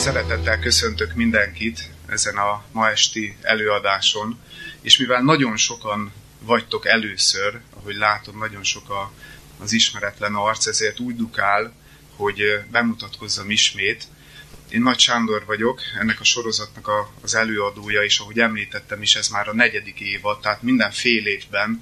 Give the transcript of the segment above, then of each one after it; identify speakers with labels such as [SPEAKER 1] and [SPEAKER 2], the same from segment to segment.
[SPEAKER 1] Szeretettel köszöntök mindenkit ezen a ma esti előadáson, és mivel nagyon sokan vagytok először, ahogy látom, nagyon sok az ismeretlen arc, ezért úgy dukál, hogy bemutatkozzam ismét. Én Nagy Sándor vagyok, ennek a sorozatnak az előadója, és ahogy említettem is, ez már a 4. évad, tehát minden fél évben,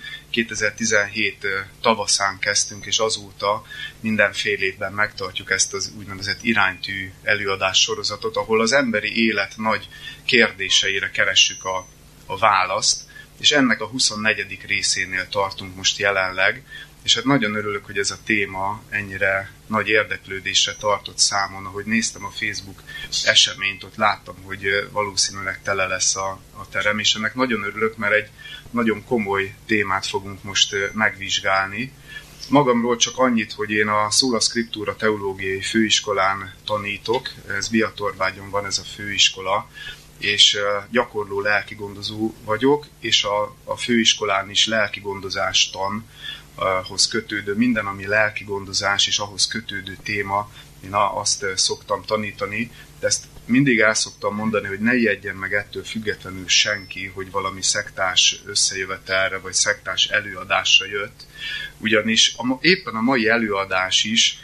[SPEAKER 1] 2017 tavaszán kezdtünk, és azóta minden fél évben megtartjuk ezt az úgynevezett iránytű előadás sorozatot, ahol az emberi élet nagy kérdéseire keressük a választ, és ennek a 24. részénél tartunk most jelenleg, és hát nagyon örülök, hogy ez a téma ennyire nagy érdeklődésre tartott számon. Ahogy néztem a Facebook eseményt, ott láttam, hogy valószínűleg tele lesz a terem, és ennek nagyon örülök, mert egy nagyon komoly témát fogunk most megvizsgálni. Magamról csak annyit, hogy én a Sola Scriptura teológiai főiskolán tanítok, ez Biatorbágyon van ez a főiskola, és gyakorló lelkigondozó vagyok, és a főiskolán is lelkigondozástan hoz kötődő minden, ami lelki gondozás és ahhoz kötődő téma, én azt szoktam tanítani, de ezt mindig el szoktam mondani, hogy ne ijedjen meg ettől függetlenül senki, hogy valami szektás összejövetelre vagy szektás előadásra jött, ugyanis éppen a mai előadás is,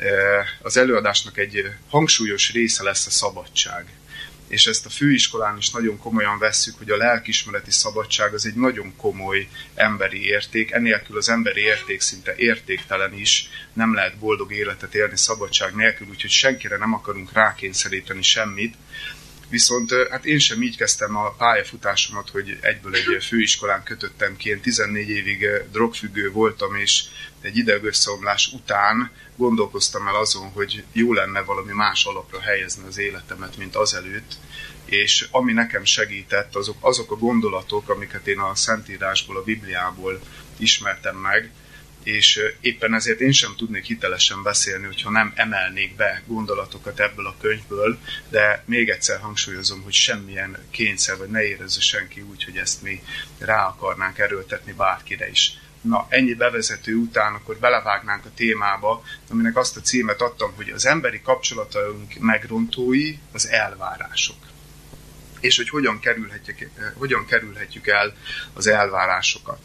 [SPEAKER 1] az előadásnak egy hangsúlyos része lesz a szabadság. És ezt a főiskolán is nagyon komolyan vesszük, hogy a lelkiismereti szabadság az egy nagyon komoly emberi érték. Enélkül az emberi érték szinte értéktelen is, nem lehet boldog életet élni szabadság nélkül, úgyhogy senkire nem akarunk rákényszeríteni semmit. Viszont hát én sem így kezdtem a pályafutásomat, hogy egyből egy főiskolán kötöttem ki. Én 14 évig drogfüggő voltam, és egy idegösszeomlás után gondolkoztam el azon, hogy jó lenne valami más alapra helyezni az életemet, mint azelőtt, és ami nekem segített, azok a gondolatok, amiket én a Szentírásból, a Bibliából ismertem meg, és éppen ezért én sem tudnék hitelesen beszélni, hogyha nem emelnék be gondolatokat ebből a könyvből, de még egyszer hangsúlyozom, hogy semmilyen kényszer, vagy ne érezze senki úgy, hogy ezt mi rá akarnánk erőltetni bárkire is. Na, ennyi bevezető után akkor belevágnánk a témába, aminek azt a címet adtam, hogy az emberi kapcsolataink megrontói az elvárások. És hogy hogyan kerülhetjük el az elvárásokat.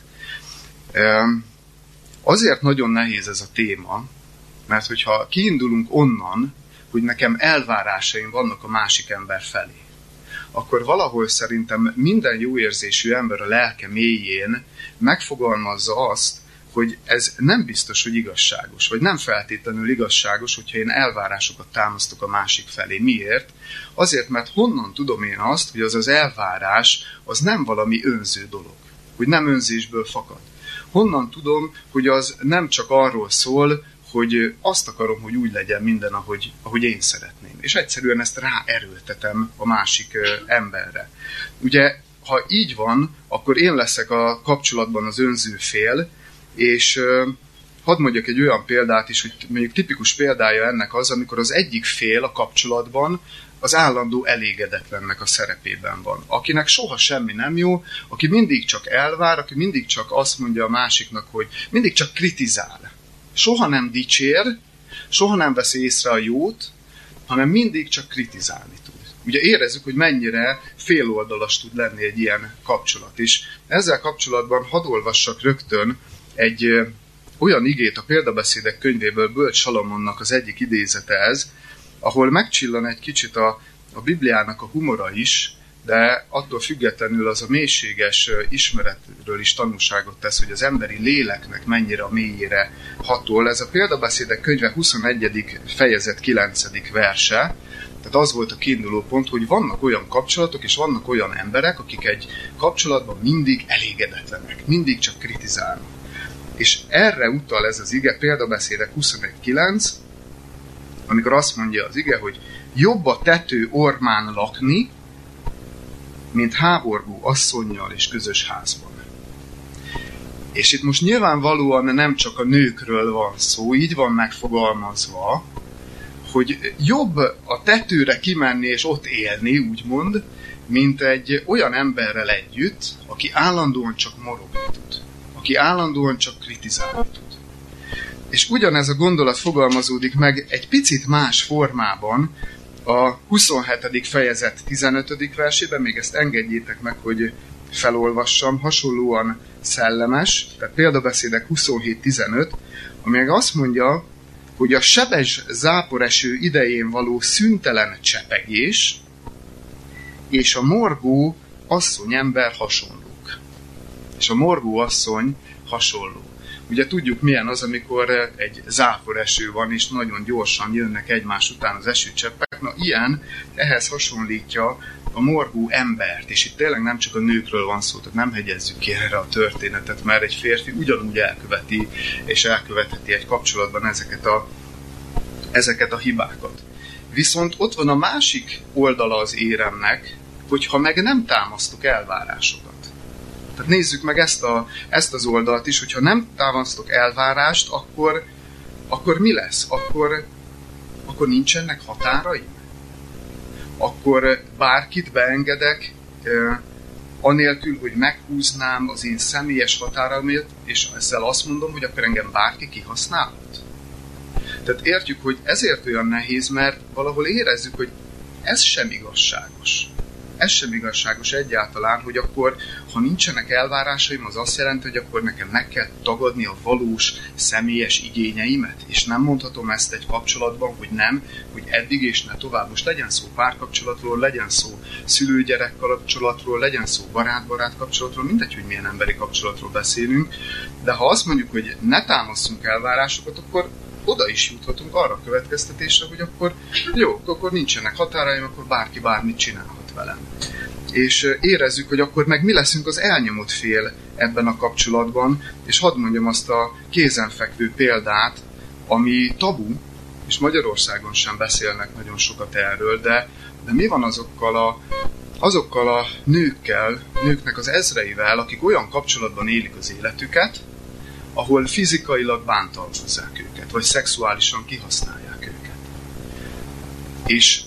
[SPEAKER 1] Azért nagyon nehéz ez a téma, mert hogyha kiindulunk onnan, hogy nekem elvárásaim vannak a másik ember felé, akkor valahol szerintem minden jóérzésű ember a lelke mélyén megfogalmazza azt, hogy ez nem biztos, hogy igazságos, vagy nem feltétlenül igazságos, hogyha én elvárásokat támasztok a másik felé. Miért? Azért, mert honnan tudom én azt, hogy az elvárás az nem valami önző dolog, hogy nem önzésből fakad. Honnan tudom, hogy az nem csak arról szól, hogy azt akarom, hogy úgy legyen minden, ahogy én szeretném. És egyszerűen ezt ráerőltetem a másik emberre. Ugye, ha így van, akkor én leszek a kapcsolatban az önző fél, és hadd mondjak egy olyan példát is, hogy mondjuk tipikus példája ennek az, amikor az egyik fél a kapcsolatban az állandó elégedetlennek a szerepében van. Akinek soha semmi nem jó, aki mindig csak elvár, aki mindig csak azt mondja a másiknak, hogy mindig csak kritizál. Soha nem dicsér, soha nem veszi észre a jót, hanem mindig csak kritizálni tud. Ugye érezzük, hogy mennyire féloldalas tud lenni egy ilyen kapcsolat is. Ezzel kapcsolatban hadd olvassak rögtön egy olyan igét a Példabeszédek könyvéből, Bölcs Salamonnak az egyik idézete ez, ahol megcsillan egy kicsit a Bibliának a humora is, de attól függetlenül az a mélységes ismeretről is tanúságot tesz, hogy az emberi léleknek mennyire a mélyére hatol. Ez a Példabeszédek könyve 21. fejezet 9. verse, tehát az volt a kiinduló pont, hogy vannak olyan kapcsolatok, és vannak olyan emberek, akik egy kapcsolatban mindig elégedetlenek, mindig csak kritizálnak. És erre utal ez az ige, Példabeszédek 21.9, amikor azt mondja az ige, hogy jobb a tető ormán lakni, mint háborgó asszonnyal és közös házban. És itt most nyilvánvalóan nem csak a nőkről van szó, így van megfogalmazva, hogy jobb a tetőre kimenni és ott élni, úgymond, mint egy olyan emberrel együtt, aki állandóan csak morogni tud, aki állandóan csak kritizálni tud. És ugyanez a gondolat fogalmazódik meg egy picit más formában A 27. fejezet 15. versében, még ezt engedjétek meg, hogy felolvassam, hasonlóan szellemes, tehát példabeszédek 27.15, ami meg azt mondja, hogy a sebes záporeső idején való szüntelen csepegés és a morgó asszonyember hasonlók. És a morgó asszony hasonló. Ugye tudjuk, milyen az, amikor egy záporeső van, és nagyon gyorsan jönnek egymás után az esőcseppek. Na ilyen, ehhez hasonlítja a morgó embert. És itt tényleg nem csak a nőkről van szó, tehát nem hegyezzük ki erre a történetet, mert egy férfi ugyanúgy elköveti, és elkövetheti egy kapcsolatban ezeket a hibákat. Viszont ott van a másik oldala az éremnek, hogyha meg nem támasztok elvárásokat. Tehát nézzük meg ezt az oldalt is, hogyha nem támasztok elvárást, akkor mi lesz? Akkor nincsenek határaim? Akkor bárkit beengedek, anélkül, hogy meghúznám az én személyes határaimat, és ezzel azt mondom, hogy akkor engem bárki kihasználhat? Tehát értjük, hogy ezért olyan nehéz, mert valahol érezzük, hogy ez sem igazságos. Ez sem igazságos egyáltalán, hogy akkor, ha nincsenek elvárásaim, az azt jelenti, hogy akkor nekem meg kell tagadni a valós személyes igényeimet, és nem mondhatom ezt egy kapcsolatban, hogy nem, hogy eddig és ne tovább. Most legyen szó párkapcsolatról, legyen szó szülő-gyerek kapcsolatról, legyen szó barát-barát kapcsolatról, mindegy, hogy milyen emberi kapcsolatról beszélünk, de ha azt mondjuk, hogy ne támaszunk elvárásokat, akkor oda is juthatunk arra a következtetésre, hogy akkor jó, akkor nincsenek határaim, akkor bárki bármit csinálhat velem. És érezzük, hogy akkor meg mi leszünk az elnyomott fél ebben a kapcsolatban, és hadd mondjam azt a kézenfekvő példát, ami tabu, és Magyarországon sem beszélnek nagyon sokat erről, de mi van azokkal a nőknek az ezreivel, akik olyan kapcsolatban élik az életüket, ahol fizikailag bántalmazzák őket, vagy szexuálisan kihasználják őket. És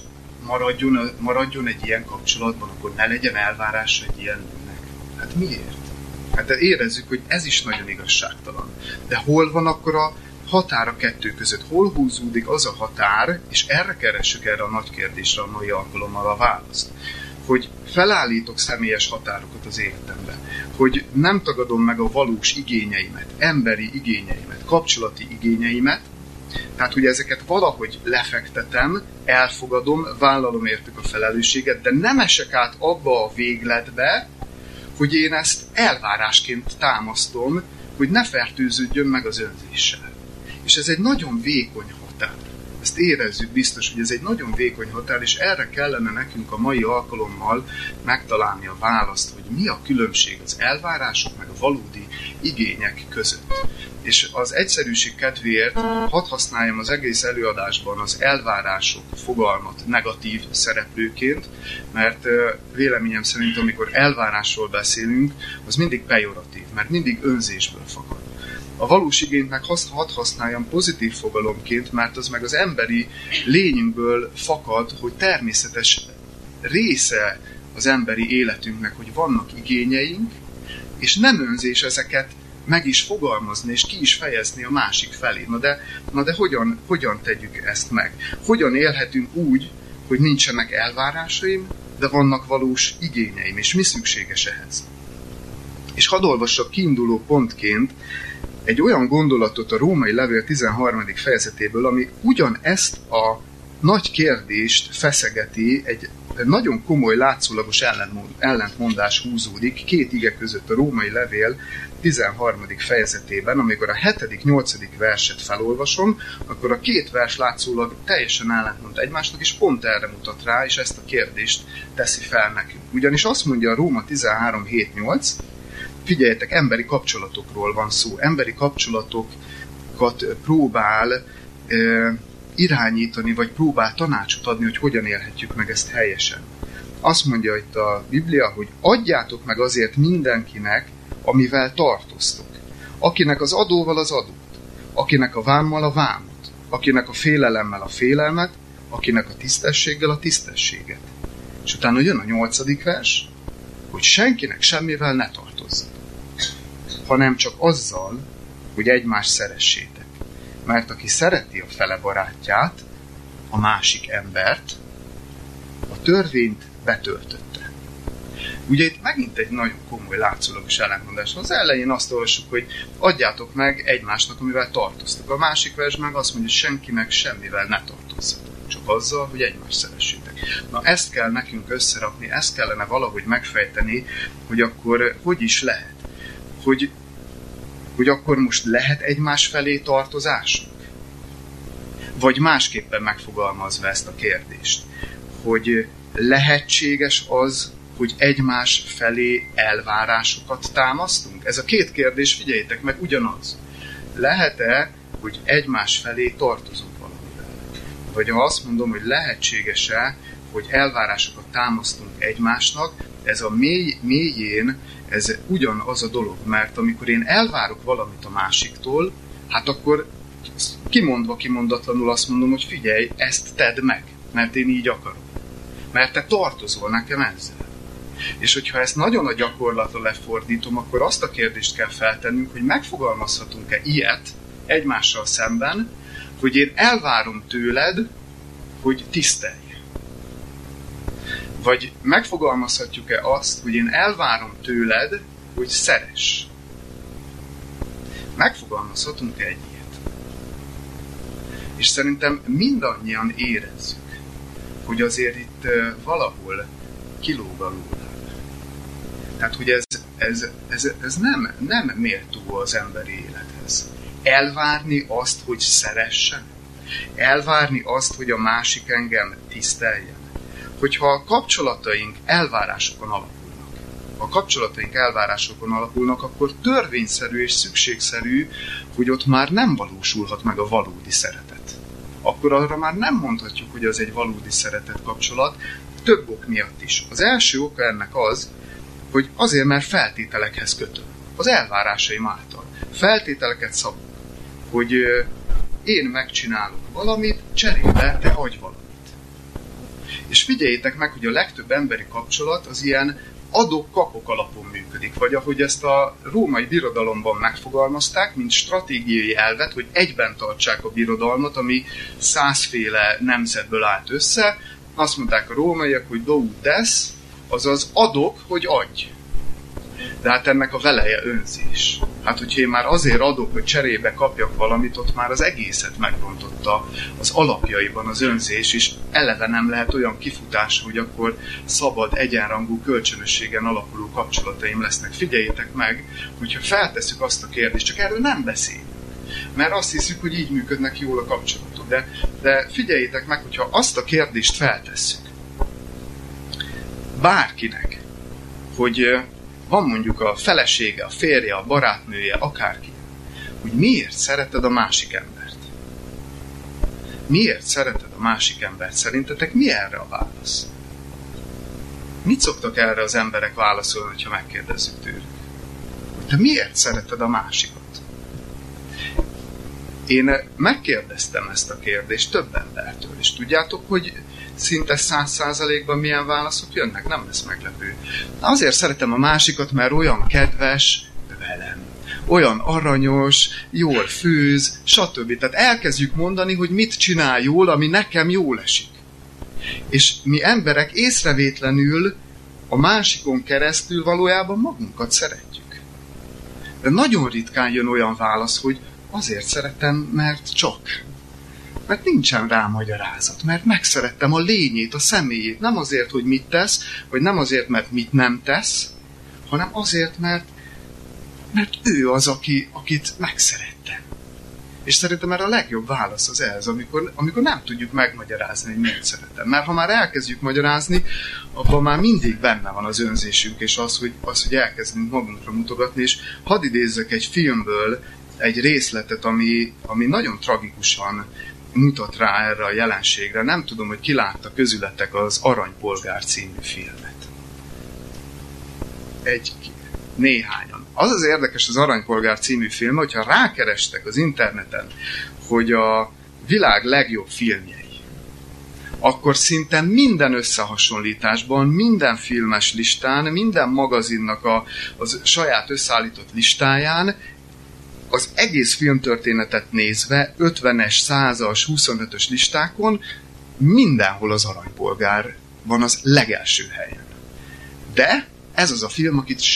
[SPEAKER 1] maradjon egy ilyen kapcsolatban, akkor ne legyen elvárása egy ilyen nőnek. Hát miért? Hát érezzük, hogy ez is nagyon igazságtalan. De hol van akkor a határ a kettő között? Hol húzódik az a határ, és erre keressük erre a nagy kérdésre a mai alkalommal a választ. Hogy felállítok személyes határokat az életemben, hogy nem tagadom meg a valós igényeimet, emberi igényeimet, kapcsolati igényeimet, tehát, hogy ezeket valahogy lefektetem, elfogadom, vállalom értük a felelősséget, de nem esek át abba a végletbe, hogy én ezt elvárásként támasztom, hogy ne fertőződjön meg az önzéssel. És ez egy nagyon vékony határ. Ezt érezzük biztos, hogy ez egy nagyon vékony határ, és erre kellene nekünk a mai alkalommal megtalálni a választ, hogy mi a különbség az elvárások meg a valódi igények között. És az egyszerűség kedvéért hadd használjam az egész előadásban az elvárások fogalmat negatív szereplőként, mert véleményem szerint, amikor elvárásról beszélünk, az mindig pejoratív, mert mindig önzésből fakad. A valós igényt meg hadd használjam pozitív fogalomként, mert az meg az emberi lényünkből fakad, hogy természetes része az emberi életünknek, hogy vannak igényeink, és nem önzés ezeket meg is fogalmazni, és ki is fejezni a másik felé. Na de hogyan tegyük ezt meg? Hogyan élhetünk úgy, hogy nincsenek elvárásaim, de vannak valós igényeim, és mi szükséges ehhez? És hadd olvassak kiinduló pontként egy olyan gondolatot a Római Levél 13. fejezetéből, ami ugyanezt a nagy kérdést feszegeti, egy nagyon komoly, látszólagos ellentmondás húzódik két ige között a Római Levél 13. fejezetében. Amikor a 7.-8. verset felolvasom, akkor a két vers látszólag teljesen ellentmond egymásnak, és pont erre mutat rá, és ezt a kérdést teszi fel nekünk. Ugyanis azt mondja a Róma 13.7.8, figyeljetek, emberi kapcsolatokról van szó. Emberi kapcsolatokat próbál irányítani, vagy próbál tanácsot adni, hogy hogyan élhetjük meg ezt helyesen. Azt mondja itt a Biblia, hogy adjátok meg azért mindenkinek, amivel tartoztok. Akinek az adóval az adót, akinek a vámmal a vámot, akinek a félelemmel a félelmet, akinek a tisztességgel a tisztességet. És utána jön a 8. vers, hogy senkinek semmivel ne tartozzatok, hanem csak azzal, hogy egymást szeressétek. Mert aki szereti a fele barátját, a másik embert, A törvényt betöltötte. Ugye itt megint egy nagyon komoly látszólagos ellentmondás van. Az elején azt olvassuk, hogy adjátok meg egymásnak, amivel tartoztok. A másik vers meg azt mondja, hogy senkinek semmivel ne tartozzatok. Csak azzal, hogy egymást szeressétek. Na ezt kell nekünk összerakni, ezt kellene valahogy megfejteni, hogy akkor hogy is lehet. Hogy akkor most lehet egymás felé tartozásunk? Vagy másképpen megfogalmazva ezt a kérdést, hogy lehetséges az, hogy egymás felé elvárásokat támasztunk? Ez a két kérdés, figyeljétek meg, ugyanaz. Lehet-e, hogy egymás felé tartozunk valamivel? Vagy ha azt mondom, hogy lehetséges-e, hogy elvárásokat támasztunk egymásnak, ez a mélyén, ez ugyanaz a dolog, mert amikor én elvárok valamit a másiktól, hát akkor kimondva, kimondatlanul azt mondom, hogy figyelj, ezt tedd meg, mert én így akarom. Mert te tartozol nekem ezzel. És hogyha ezt nagyon a gyakorlatra lefordítom, akkor azt a kérdést kell feltennünk, hogy megfogalmazhatunk-e ilyet egymással szemben, hogy én elvárom tőled, hogy tisztelj. Vagy megfogalmazhatjuk-e azt, hogy én elvárom tőled, hogy szeress. Megfogalmazhatunk-e egy ilyet? És szerintem mindannyian érezzük, hogy azért itt valahol kilóg a lóláb. Tehát, hogy ez nem méltó az emberi élethez. Elvárni azt, hogy szeressen. Elvárni azt, hogy a másik engem tiszteljen. Hogyha a kapcsolataink elvárásokon alapulnak, akkor törvényszerű és szükségszerű, hogy ott már nem valósulhat meg a valódi szeretet. Akkor arra már nem mondhatjuk, hogy az egy valódi szeretet kapcsolat, több ok miatt is. Az első oka ennek az, hogy azért, mert feltételekhez kötöm. Az elvárásaim által. Feltételeket szabok, hogy én megcsinálok valamit, cserébe te adj valamit. És figyeljétek meg, hogy a legtöbb emberi kapcsolat az ilyen adok-kapok alapon működik. Vagy ahogy ezt a római birodalomban megfogalmazták, mint stratégiai elvet, hogy egyben tartsák a birodalmat, ami 100 féle nemzetből állt össze. Azt mondták a rómaiak, hogy do ut des, azaz adok, hogy adj. De hát ennek a veleje önzés. Hát, hogyha én már azért adok, hogy cserébe kapjak valamit, ott már az egészet megrontotta az alapjaiban az önzés, és eleve nem lehet olyan kifutás, hogy akkor szabad, egyenrangú, kölcsönösségen alapuló kapcsolataim lesznek. Figyeljétek meg, hogyha feltesszük azt a kérdést, csak erről nem beszélünk. Mert azt hiszük, hogy így működnek jól a kapcsolatok. De figyeljétek meg, hogyha azt a kérdést feltesszük bárkinek, hogy van mondjuk a felesége, a férje, a barátnője, akárki, hogy miért szereted a másik embert? Miért szereted a másik embert? Szerintetek mi erre a válasz? Mit szoktak erre az emberek válaszolni, ha megkérdezzük tőlük? Hogy te miért szereted a másikat? Én megkérdeztem ezt a kérdést több embertől, és tudjátok, hogy szinte 100%-ban milyen válaszok jönnek? Nem lesz meglepő. Azért szeretem a másikat, mert olyan kedves velem. Olyan aranyos, jól főz, stb. Tehát elkezdjük mondani, hogy mit csinál jól, ami nekem jól esik. És mi emberek észrevétlenül a másikon keresztül valójában magunkat szeretjük. De nagyon ritkán jön olyan válasz, hogy azért szeretem, mert csak. Mert nincsen rá magyarázat, mert megszerettem a lényét, a személyét. Nem azért, hogy mit tesz, vagy nem azért, mert mit nem tesz, hanem azért, mert ő az, akit megszerettem. És szerintem erre a legjobb válasz az ez, amikor nem tudjuk megmagyarázni, hogy miért szeretem. Mert ha már elkezdjük magyarázni, abban már mindig benne van az önzésünk, és az, hogy elkezdünk magunkra mutogatni. És hadd idézzek egy filmből egy részletet, ami nagyon tragikusan mutat rá erre a jelenségre. Nem tudom, hogy ki látta közületek az Aranypolgár című filmet. Néhányan. Az érdekes az Aranypolgár című film, hogyha rákerestek az interneten, hogy a világ legjobb filmjei, akkor szinte minden összehasonlításban, minden filmes listán, minden magazinnak a saját összeállított listáján az egész filmtörténetet nézve, 50-es, 100-as, 25-ös listákon mindenhol az Aranypolgár van az legelső helyen. De ez az a film,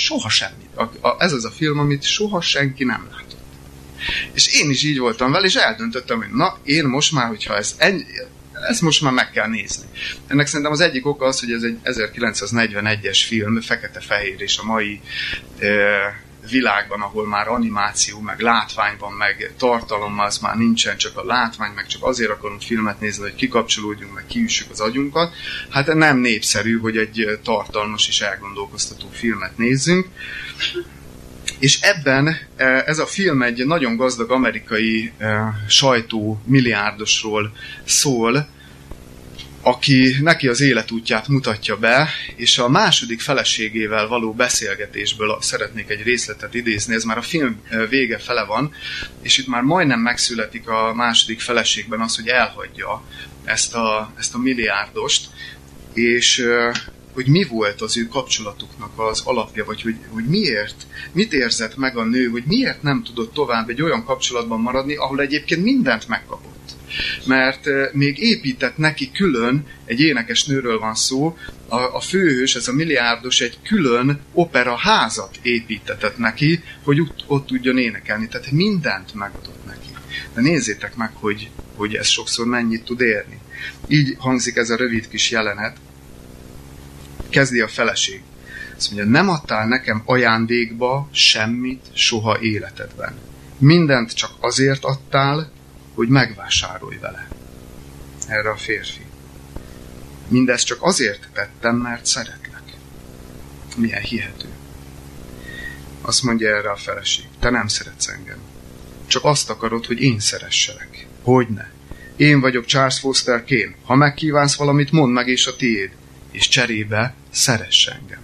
[SPEAKER 1] amit soha senki nem látott. És én is így voltam vele, és eldöntöttem, hogy na, én most már, hogyha ezt most már meg kell nézni. Ennek szerintem az egyik oka az, hogy ez egy 1941-es film, fekete-fehér, és a mai világban, ahol már animáció, meg látvány van, meg tartalom, az már nincsen, csak a látvány, meg csak azért akarunk filmet nézni, hogy kikapcsolódjunk, meg kiüssük az agyunkat. Hát nem népszerű, hogy egy tartalmas és elgondolkoztató filmet nézzünk. És ebben ez a film egy nagyon gazdag amerikai sajtó milliárdosról szól, aki neki az életútját mutatja be, és a második feleségével való beszélgetésből szeretnék egy részletet idézni, ez már a film vége fele van, és itt már majdnem megszületik a második feleségben az, hogy elhagyja ezt a milliárdost, és hogy mi volt az ő kapcsolatuknak az alapja, vagy hogy mit érzett meg a nő, hogy miért nem tudott tovább egy olyan kapcsolatban maradni, ahol egyébként mindent megkapott. Mert még épített neki külön, egy énekesnőről van szó, a főhős, ez a milliárdos egy külön operaházat építetett neki, hogy ott tudjon énekelni. Tehát mindent megadott neki. De nézzétek meg, hogy ez sokszor mennyit tud érni. Így hangzik ez a rövid kis jelenet. Kezdi a feleség. Azt mondja, nem adtál nekem ajándékba semmit soha életedben. Mindent csak azért adtál, hogy megvásárolj vele. Erre a férfi. Mindezt csak azért tettem, mert szeretlek. Milyen hihető. Azt mondja erre a feleség. Te nem szeretsz engem. Csak azt akarod, hogy én szeresselek. Hogyne. Én vagyok Charles Foster Kane. Ha megkívánsz valamit, mondd meg, és a tiéd. És cserébe szeress engem.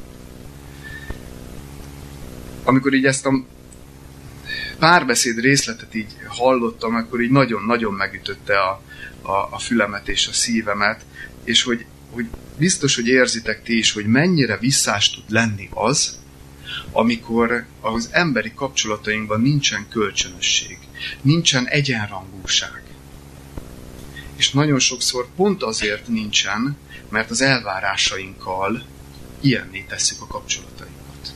[SPEAKER 1] Amikor így ezt a párbeszéd részletet így hallottam, akkor így nagyon-nagyon megütötte a fülemet és a szívemet, és hogy biztos, hogy érzitek ti is, hogy mennyire visszás tud lenni az, amikor az emberi kapcsolatainkban nincsen kölcsönösség, nincsen egyenrangúság. És nagyon sokszor pont azért nincsen, mert az elvárásainkkal ilyenné tesszük a kapcsolatainkat.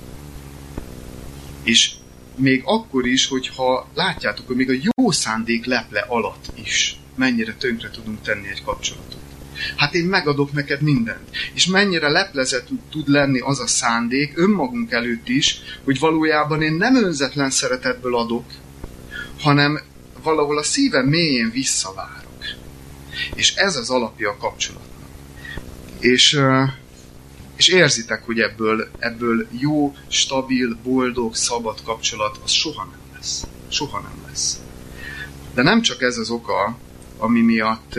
[SPEAKER 1] És még akkor is, hogyha látjátok, hogy még a jó szándék leple alatt is mennyire tönkre tudunk tenni egy kapcsolatot. Hát én megadok neked mindent. És mennyire leplezett tud lenni az a szándék önmagunk előtt is, hogy valójában én nem önzetlen szeretetből adok, hanem valahol a szívem mélyén visszavárok. És ez az alapja a kapcsolatnak. És érzitek, hogy ebből jó, stabil, boldog, szabad kapcsolat, az soha nem lesz. Soha nem lesz. De nem csak ez az oka, ami miatt,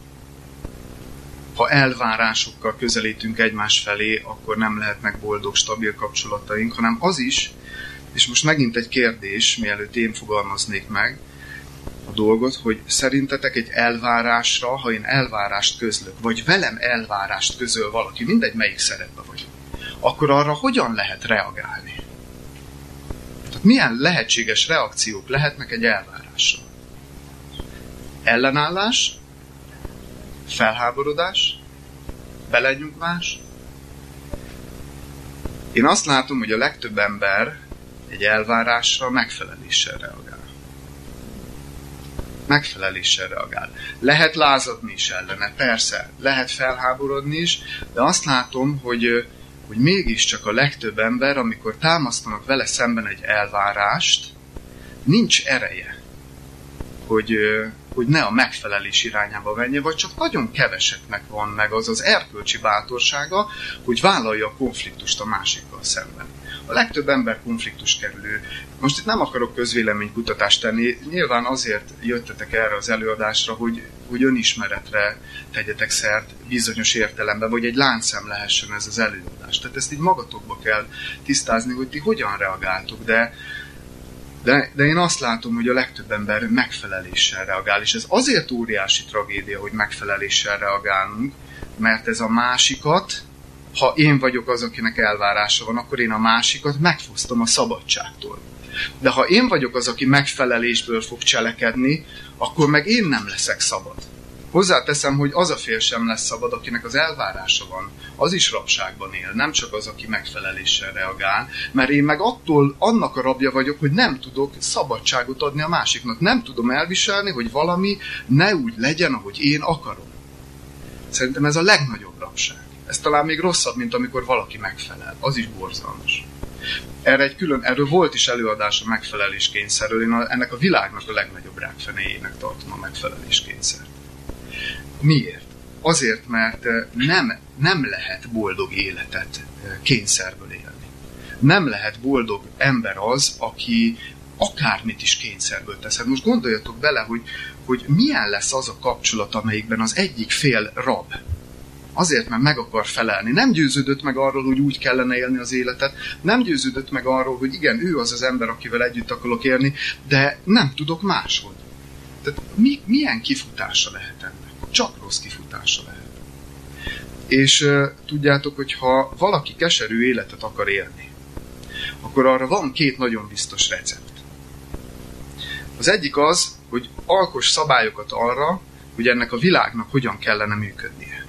[SPEAKER 1] ha elvárásokkal közelítünk egymás felé, akkor nem lehetnek boldog, stabil kapcsolataink, hanem az is, és most megint egy kérdés, mielőtt én fogalmaznék meg a dolgot, hogy szerintetek egy elvárásra, ha én elvárást közlök, vagy velem elvárást közöl valaki, mindegy melyik szerepben vagyok, akkor arra hogyan lehet reagálni? Tehát milyen lehetséges reakciók lehetnek egy elvárásra? Ellenállás? Felháborodás? Belenyugvás? Én azt látom, hogy a legtöbb ember egy elvárásra megfeleléssel reagál. Megfeleléssel reagál. Lehet lázadni is ellene, persze, lehet felháborodni is, de azt látom, hogy mégiscsak a legtöbb ember, amikor támasztanak vele szemben egy elvárást, nincs ereje, hogy ne a megfelelés irányába menje, vagy csak nagyon keveseknek van meg az erkölcsi bátorsága, hogy vállalja a konfliktust a másikkal szemben. A legtöbb ember konfliktus kerülő. Most itt nem akarok közvéleménykutatást tenni, nyilván azért jöttetek erre az előadásra, hogy önismeretre tegyetek szert bizonyos értelemben, vagy egy láncszem lehessen ez az előadás. Tehát ezt így magatokba kell tisztázni, hogy ti hogyan reagáltok, de én azt látom, hogy a legtöbb ember megfeleléssel reagál, és ez azért óriási tragédia, hogy megfeleléssel reagálunk, mert ez a másikat, ha én vagyok az, akinek elvárása van, akkor én a másikat megfosztom a szabadságtól. De ha én vagyok az, aki megfelelésből fog cselekedni, akkor meg én nem leszek szabad. Hozzáteszem, hogy az a fél sem lesz szabad, akinek az elvárása van, az is rabságban él, nem csak az, aki megfeleléssel reagál, mert én meg attól annak a rabja vagyok, hogy nem tudok szabadságot adni a másiknak. Nem tudom elviselni, hogy valami ne úgy legyen, ahogy én akarom. Szerintem ez a legnagyobb rabság. Ez talán még rosszabb, mint amikor valaki megfelel. Az is borzalmas. Erről volt is előadás a megfeleléskényszerről. Én ennek a világnak a legnagyobb rákfenéjének tartom a megfeleléskényszert. Miért? Azért, mert nem lehet boldog életet kényszerből élni. Nem lehet boldog ember az, aki akármit is kényszerből tesz. Hát most gondoljatok bele, hogy milyen lesz az a kapcsolat, amelyikben az egyik fél rab. Azért, mert meg akar felelni. Nem győződött meg arról, hogy úgy kellene élni az életet. Nem győződött meg arról, hogy igen, ő az az ember, akivel együtt akarok élni, de nem tudok máshogy. Tehát milyen kifutása lehet ennek? Csak rossz kifutása lehet. És tudjátok, hogy ha valaki keserű életet akar élni, akkor arra van 2 nagyon biztos recept. Az egyik az, hogy alkoss szabályokat arra, hogy ennek a világnak hogyan kellene működnie.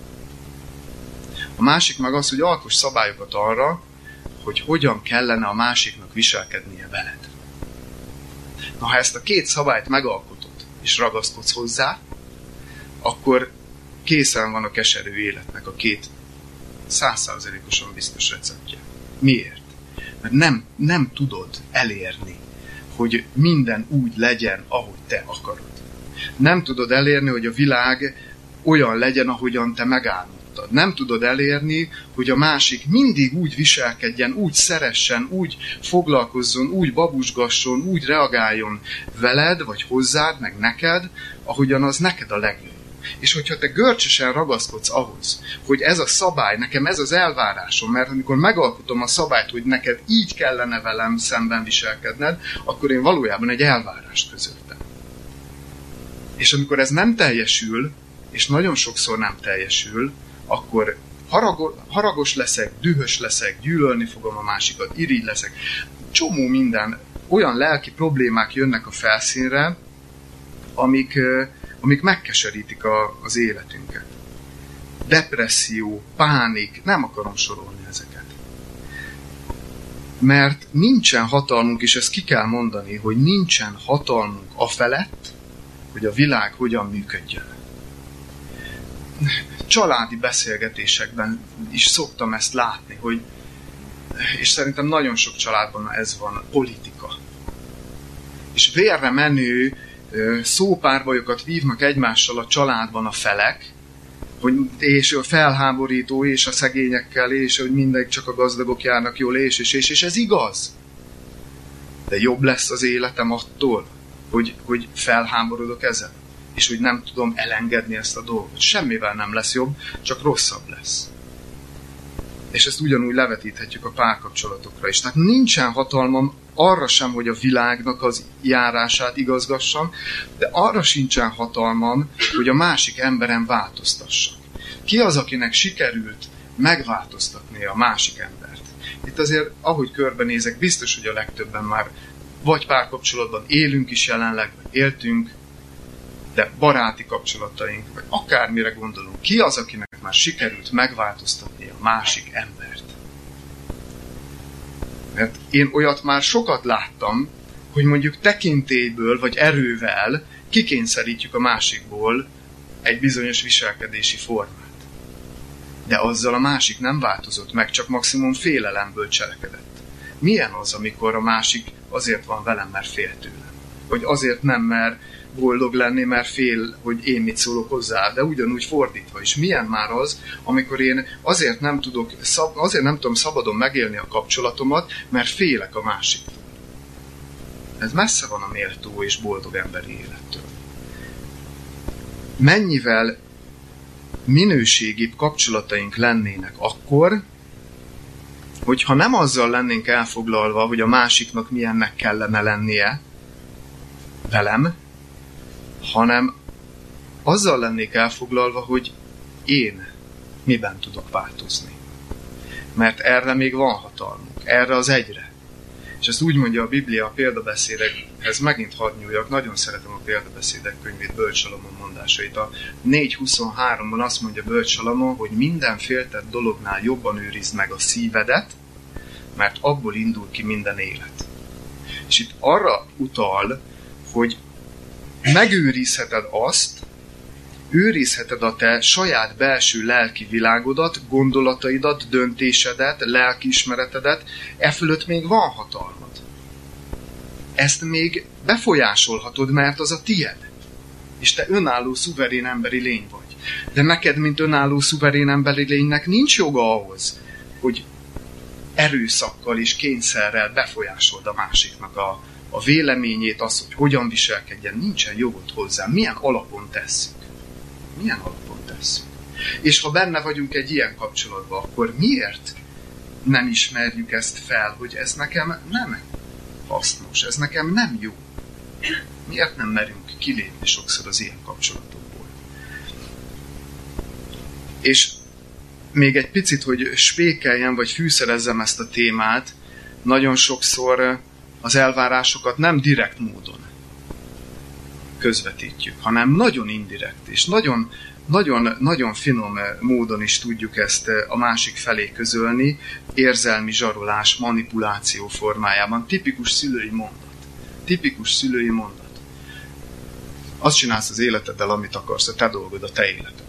[SPEAKER 1] A másik meg az, hogy alkoss szabályokat arra, hogy hogyan kellene a másiknak viselkednie veled. Na, ha ezt a 2 szabályt megalkotod, és ragaszkodsz hozzá, akkor készen van a keserű életnek a 2 100%-osan biztos receptje. Miért? Mert nem tudod elérni, hogy minden úgy legyen, ahogy te akarod. Nem tudod elérni, hogy a világ olyan legyen, ahogyan te megálmodtad. Nem tudod elérni, hogy a másik mindig úgy viselkedjen, úgy szeressen, úgy foglalkozzon, úgy babusgasson, úgy reagáljon veled, vagy hozzád, meg neked, ahogyan az neked a legjobb. És hogyha te görcsösen ragaszkodsz ahhoz, hogy ez a szabály, nekem ez az elvárásom, mert amikor megalkotom a szabályt, hogy neked így kellene velem szemben viselkedned, akkor én valójában egy elvárást közöltem. És amikor ez nem teljesül, és nagyon sokszor nem teljesül, akkor haragos leszek, dühös leszek, gyűlölni fogom a másikat, irigy leszek. Csomó minden, olyan lelki problémák jönnek a felszínre, amik megkeserítik az életünket. Depresszió, pánik, nem akarom sorolni ezeket. Mert nincsen hatalmunk, és ezt ki kell mondani, hogy nincsen hatalmunk afelett, hogy a világ hogyan működjön. Családi beszélgetésekben is szoktam ezt látni, és szerintem nagyon sok családban ez van, politika. És vérre menő szópárbajokat vívnak egymással a családban a felek, és a felháborító, és a szegényekkel, és hogy mindegy csak a gazdagok járnak jól, és ez igaz. De jobb lesz az életem attól, hogy felháborodok ezen, és hogy nem tudom elengedni ezt a dolgot. Semmivel nem lesz jobb, csak rosszabb lesz. És ezt ugyanúgy levetíthetjük a párkapcsolatokra is. Tehát nincsen hatalmam arra sem, hogy a világnak az járását igazgassam, de arra sincsen hatalmam, hogy a másik emberen változtassak. Ki az, akinek sikerült megváltoztatni a másik embert? Itt azért, ahogy körbenézek, biztos, hogy a legtöbben már vagy párkapcsolatban élünk is jelenleg, vagy éltünk, de baráti kapcsolataink, vagy akármire gondolunk. Ki az, akinek már sikerült megváltoztatni a másik embert? Mert én olyat már sokat láttam, hogy mondjuk tekintélyből vagy erővel kikényszerítjük a másikból egy bizonyos viselkedési formát. De azzal a másik nem változott meg, csak maximum félelemből cselekedett. Milyen az, amikor a másik azért van velem, mert fél tőlem? Vagy azért nem mer boldog lenni, mert fél, hogy én mit szólok hozzá, de ugyanúgy fordítva is. Milyen már az, amikor én azért nem tudom szabadon megélni a kapcsolatomat, mert félek a másiktól. Ez messze van a méltó és boldog emberi élettől. Mennyivel minőségibb kapcsolataink lennének akkor, hogyha nem azzal lennénk elfoglalva, hogy a másiknak milyennek kellene lennie velem, hanem azzal lennék elfoglalva, hogy én miben tudok változni. Mert erre még van hatalmunk, erre az egyre. És ezt úgy mondja a Biblia a példabeszédekhez, megint hadd nyúljak, nagyon szeretem a példabeszédek könyvét, Bölcs Salamon mondásait. A 4.23-ban azt mondja Bölcs Salamon, hogy minden féltett dolognál jobban őrizd meg a szívedet, mert abból indul ki minden élet. És itt arra utal, hogy megőrizheted azt, őrizheted a te saját belső lelki világodat, gondolataidat, döntésedet, lelkiismeretedet, e fölött még van hatalmad. Ezt még befolyásolhatod, mert az a tied. És te önálló, szuverén emberi lény vagy. De neked, mint önálló, szuverén emberi lénynek nincs joga ahhoz, hogy erőszakkal és kényszerrel befolyásold a másiknak a véleményét, azt, hogy hogyan viselkedjen. Nincsen jogod hozzá. Milyen alapon tesszük? Milyen alapon tesszük? És ha benne vagyunk egy ilyen kapcsolatban, akkor miért nem ismerjük ezt fel, hogy ez nekem nem hasznos, ez nekem nem jó? Miért nem merünk kilépni sokszor az ilyen kapcsolatokból? És még egy picit, hogy spékeljem, vagy fűszerezzem ezt a témát, nagyon sokszor az elvárásokat nem direkt módon közvetítjük, hanem nagyon indirekt, és nagyon finom módon is tudjuk ezt a másik felé közölni, érzelmi zsarolás, manipuláció formájában. Tipikus szülői mondat. Tipikus szülői mondat. Azt csinálsz az életeddel, amit akarsz, a te dolgod, a te életed.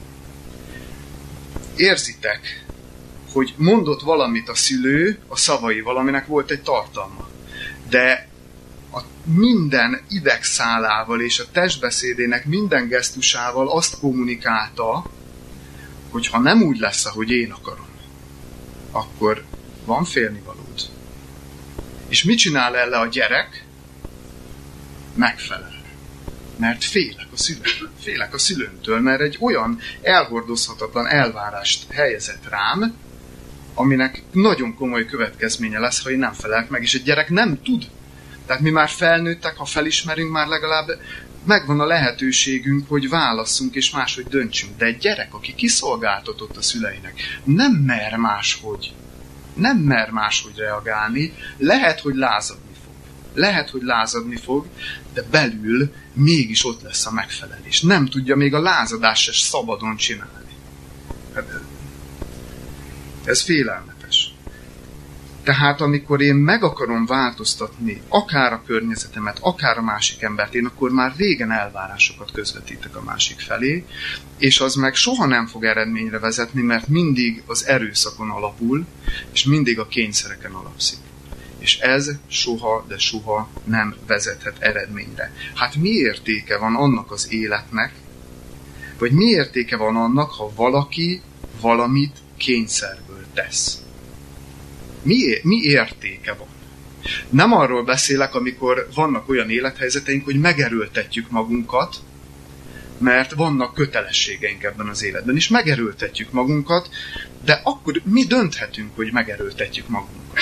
[SPEAKER 1] Érzitek, hogy mondott valamit a szülő, a szavaival, aminek volt egy tartalma. De a minden idegszálával és a testbeszédének minden gesztusával azt kommunikálta, hogy ha nem úgy lesz, ahogy én akarom, akkor van félnivalód. És mit csinál elle a gyerek? Megfelel. Mert félek a szülőmtől, mert egy olyan elhordozhatatlan elvárást helyezett rám, aminek nagyon komoly következménye lesz, ha én nem felelek meg, és egy gyerek nem tud. Tehát mi már felnőttek, ha felismerünk, már legalább megvan a lehetőségünk, hogy válasszunk és máshogy döntsünk. De egy gyerek, aki kiszolgáltatott a szüleinek, nem mer máshogy reagálni, lehet, hogy lázadni fog, de belül mégis ott lesz a megfelelés. Nem tudja még a lázadást se szabadon csinálni. Ez félelmetes. Tehát amikor én meg akarom változtatni akár a környezetemet, akár a másik embert, én akkor már régen elvárásokat közvetítek a másik felé, és az meg soha nem fog eredményre vezetni, mert mindig az erőszakon alapul, és mindig a kényszereken alapszik. És ez soha, de soha nem vezethet eredményre. Hát mi értéke van annak az életnek, vagy mi értéke van annak, ha valaki valamit kényszerből tesz? Mi értéke van? Nem arról beszélek, amikor vannak olyan élethelyzeteink, hogy megerőltetjük magunkat, mert vannak kötelességeink ebben az életben, és megerőltetjük magunkat, de akkor mi dönthetünk, hogy megerőltetjük magunkat.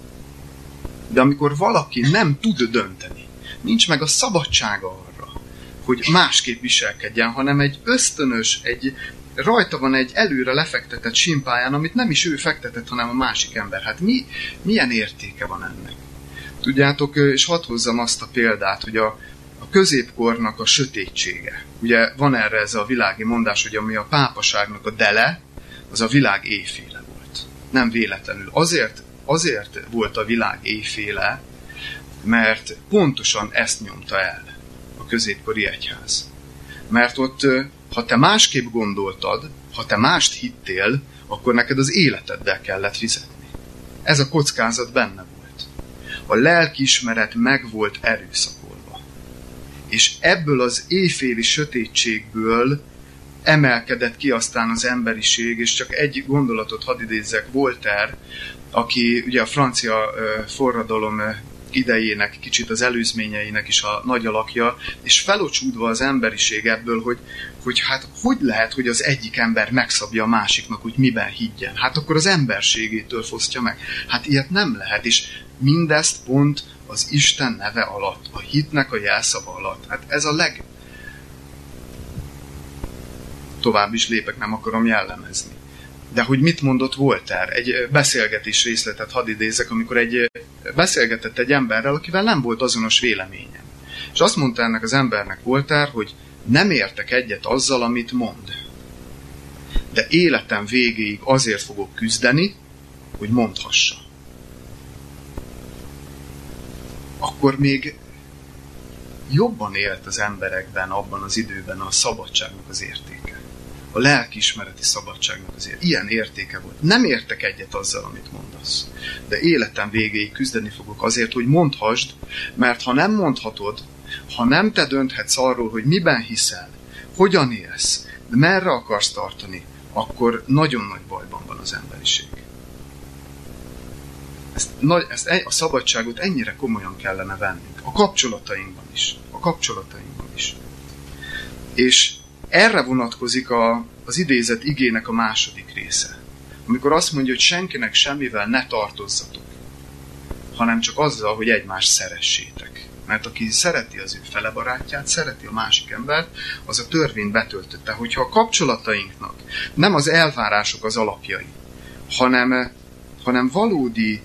[SPEAKER 1] De amikor valaki nem tud dönteni, nincs meg a szabadsága arra, hogy másképp viselkedjen, hanem egy ösztönös, rajta van egy előre lefektetett simpályán, amit nem is ő fektetett, hanem a másik ember. Hát milyen értéke van ennek? Tudjátok, és hadd hozzam azt a példát, hogy a középkornak a sötétsége. Ugye van erre ez a világi mondás, hogy ami a pápaságnak a dele, az a világ éjféle volt. Nem véletlenül. Azért volt a világ éjféle, mert pontosan ezt nyomta el a középkori egyház. Mert ott, ha te másképp gondoltad, ha te mást hittél, akkor neked az életeddel kellett fizetni. Ez a kockázat benne volt. A lelkiismeret meg volt erőszakolva. És ebből az éjféli sötétségből emelkedett ki aztán az emberiség, és csak egy gondolatot hadd idézzek, Voltaire, aki ugye a francia forradalom idejének, kicsit az előzményeinek is a nagy alakja, és felocsúdva az emberiség ebből, hogy hát hogy lehet, hogy az egyik ember megszabja a másiknak, hogy miben higgyen. Hát akkor az emberségétől fosztja meg. Hát ilyet nem lehet, és mindezt pont az Isten neve alatt, a hitnek a jelszava alatt. Hát ez a tovább is lépek, nem akarom jellemezni. De hogy mit mondott Voltaire? Egy beszélgetés részletet hadd idézek, amikor beszélgetett egy emberrel, akivel nem volt azonos véleménye. És azt mondta ennek az embernek Voltaire, hogy nem értek egyet azzal, amit mond. De életem végéig azért fogok küzdeni, hogy mondhassa. Akkor még jobban élt az emberekben abban az időben a szabadságnak az értéke. A lelkiismereti szabadságnak az értéke. Ilyen értéke volt. Nem értek egyet azzal, amit mondasz. De életem végéig küzdeni fogok azért, hogy mondhassd, mert ha nem mondhatod, ha nem te dönthetsz arról, hogy miben hiszel, hogyan élsz, de merre akarsz tartani, akkor nagyon nagy bajban van az emberiség. Ezt a szabadságot ennyire komolyan kellene vennünk. A kapcsolatainkban is. És erre vonatkozik az idézett igének a második része. Amikor azt mondja, hogy senkinek semmivel ne tartozzatok, hanem csak azzal, hogy egymást szeressétek. Mert aki szereti az ő felebarátját, szereti a másik embert, az a törvényt betöltötte. Hogyha a kapcsolatainknak nem az elvárások az alapjai, hanem valódi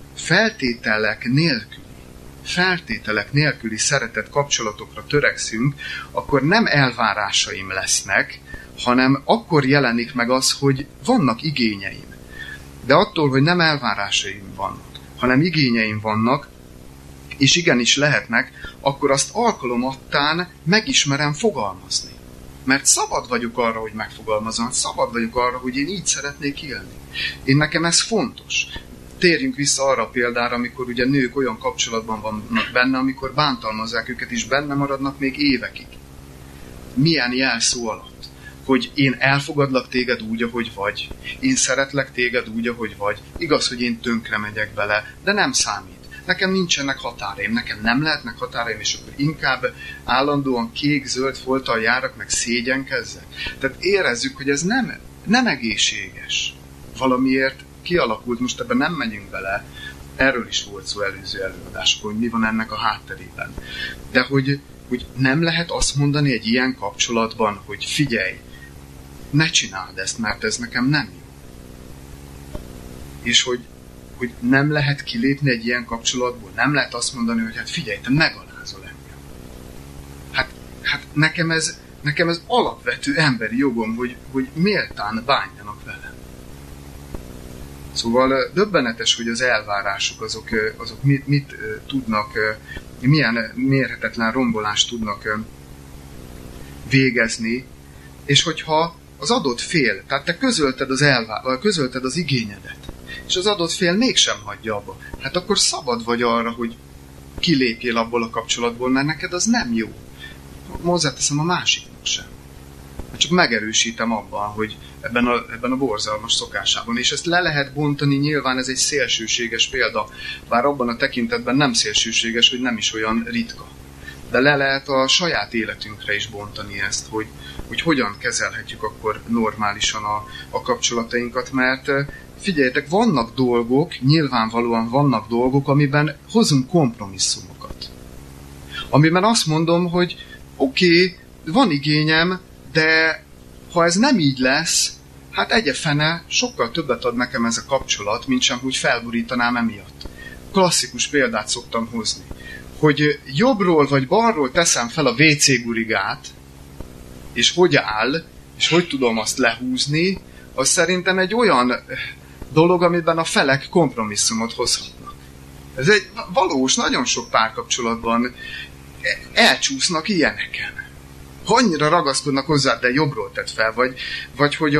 [SPEAKER 1] feltételek nélküli szeretett kapcsolatokra törekszünk, akkor nem elvárásaim lesznek, hanem akkor jelenik meg az, hogy vannak igényeim. De attól, hogy nem elvárásaim vannak, hanem igényeim vannak, és igenis lehetnek, akkor azt alkalomattán megismerem fogalmazni. Mert szabad vagyok arra, hogy megfogalmazom, szabad vagyok arra, hogy én így szeretnék élni. Nekem ez fontos. Térjünk vissza arra a példára, amikor ugye nők olyan kapcsolatban vannak benne, amikor bántalmazzák őket, és benne maradnak még évekig. Milyen jelszó alatt? Hogy én elfogadlak téged úgy, ahogy vagy. Én szeretlek téged úgy, ahogy vagy. Igaz, hogy én tönkre megyek bele, de nem számít. Nekem nincsenek határaim, nekem nem lehetnek határaim, és akkor inkább állandóan kék-zöld folttal járok, meg szégyenkezzek. Tehát érezzük, hogy ez nem egészséges. Valamiért kialakult, most ebben nem megyünk bele, erről is volt szó előző előadásokon, hogy mi van ennek a hátterében. De hogy nem lehet azt mondani egy ilyen kapcsolatban, hogy figyelj, ne csináld ezt, mert ez nekem nem jó. És hogy nem lehet kilépni egy ilyen kapcsolatból, nem lehet azt mondani, hogy hát figyelj, te megalázol engem. Hát nekem ez alapvető emberi jogom, hogy méltán bánjanak velem. Szóval döbbenetes, hogy az elvárások azok mit tudnak, milyen mérhetetlen rombolást tudnak végezni, és hogyha az adott fél, tehát te közölted az igényedet, és az adott fél mégsem hagyja abba, hát akkor szabad vagy arra, hogy kilépjél abból a kapcsolatból, mert neked az nem jó. Hozzáteszem a másiknak sem. Csak megerősítem abban, hogy ebben a borzalmas szokásában. És ezt le lehet bontani, nyilván ez egy szélsőséges példa, bár abban a tekintetben nem szélsőséges, hogy nem is olyan ritka. De le lehet a saját életünkre is bontani ezt, hogy hogyan kezelhetjük akkor normálisan a kapcsolatainkat, mert figyeljetek, vannak dolgok, nyilvánvalóan vannak dolgok, amiben hozunk kompromisszumokat. Amiben azt mondom, hogy oké, van igényem, de ha ez nem így lesz, hát egyefene sokkal többet ad nekem ez a kapcsolat, mint sem, hogy felburítanám emiatt. Klasszikus példát szoktam hozni, hogy jobbról vagy balról teszem fel a WC gurigát, és hogy áll, és hogy tudom azt lehúzni, az szerintem egy olyan dolog, amiben a felek kompromisszumot hozhatnak. Ez egy valós, nagyon sok párkapcsolatban elcsúsznak ilyeneken. Annyira ragaszkodnak hozzá, de jobbról tett fel, vagy hogy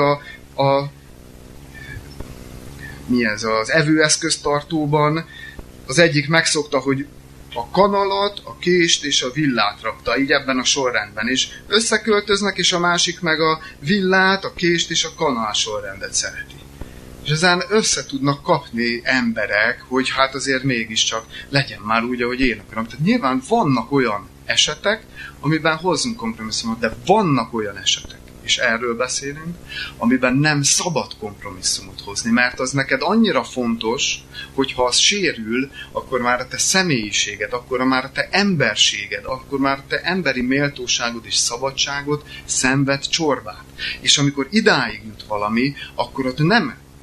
[SPEAKER 1] az evőeszköztartóban az egyik megszokta, hogy a kanalat, a kést és a villát rakta, így ebben a sorrendben, és összeköltöznek, és a másik meg a villát, a kést és a kanal sorrendet szereti. És ezen össze tudnak kapni emberek, hogy hát azért mégiscsak legyen már úgy, ahogy én akarom. Tehát nyilván vannak olyan esetek, amiben hozzunk kompromisszumot, de vannak olyan esetek, és erről beszélünk, amiben nem szabad kompromisszumot hozni, mert az neked annyira fontos, hogy ha az sérül, akkor már a te személyiséged, akkor már a te emberséged, akkor már a te emberi méltóságod és szabadságod szenved csorbát. És amikor idáig jut valami, akkor ott nem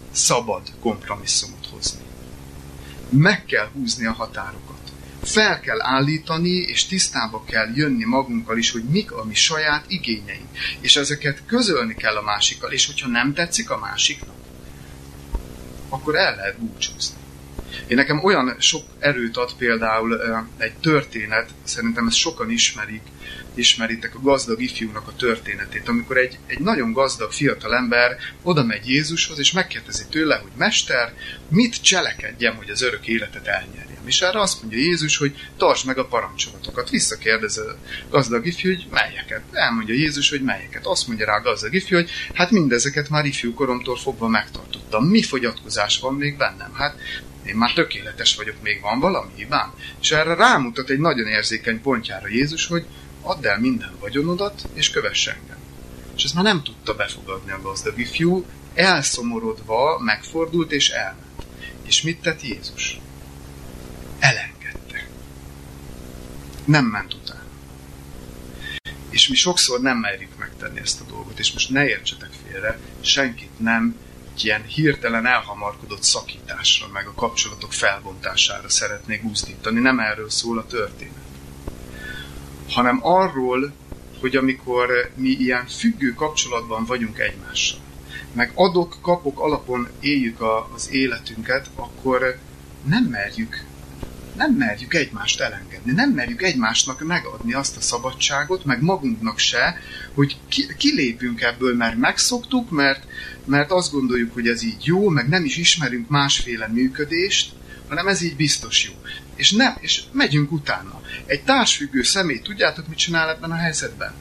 [SPEAKER 1] szabad kompromisszumot hozni. Meg kell húzni a határokat. Fel kell állítani, és tisztába kell jönni magunkkal is, hogy mik a mi saját igényeink. És ezeket közölni kell a másikkal, és hogyha nem tetszik a másiknak, akkor el lehet búcsúzni. Én nekem olyan sok erőt ad például egy történet, szerintem ezt sokan ismeritek, a gazdag ifjúnak a történetét, amikor egy nagyon gazdag fiatal ember oda megy Jézushoz, és megkérdezi tőle, hogy Mester, mit cselekedjem, hogy az örök életet elnyerjem. És erre azt mondja Jézus, hogy tartsd meg a parancsolatokat. Visszakérdez a gazdag ifjú, hogy melyeket. Elmondja Jézus, hogy melyeket. Azt mondja rá a gazdag ifjú, hogy hát mindezeket már ifjú koromtól fogva megtartottam. Mi fogyatkozás van még bennem? Hát én már tökéletes vagyok, még van valami hibám. És erre rámutat egy nagyon érzékeny pontjára Jézus, hogy add el minden vagyonodat, és kövess engem. És ezt már nem tudta befogadni a gazdag ifjú, elszomorodva megfordult és elment. És mit tett Jézus? Elengedte. Nem ment utána. És mi sokszor nem merjük megtenni ezt a dolgot, és most ne értsetek félre, senkit nem ilyen hirtelen elhamarkodott szakításra, meg a kapcsolatok felbontására szeretnék buzdítani. Nem erről szól a történet. Hanem arról, hogy amikor mi ilyen függő kapcsolatban vagyunk egymással, meg adok-kapok alapon éljük az életünket, akkor nem merjük egymást elengedni, nem merjük egymásnak megadni azt a szabadságot, meg magunknak se, hogy kilépünk ebből, mert megszoktuk, mert azt gondoljuk, hogy ez így jó, meg nem is ismerünk másféle működést, hanem ez így biztos jó. És megyünk utána. Egy társfüggő személy, tudjátok, mit csinál ebben a helyzetben?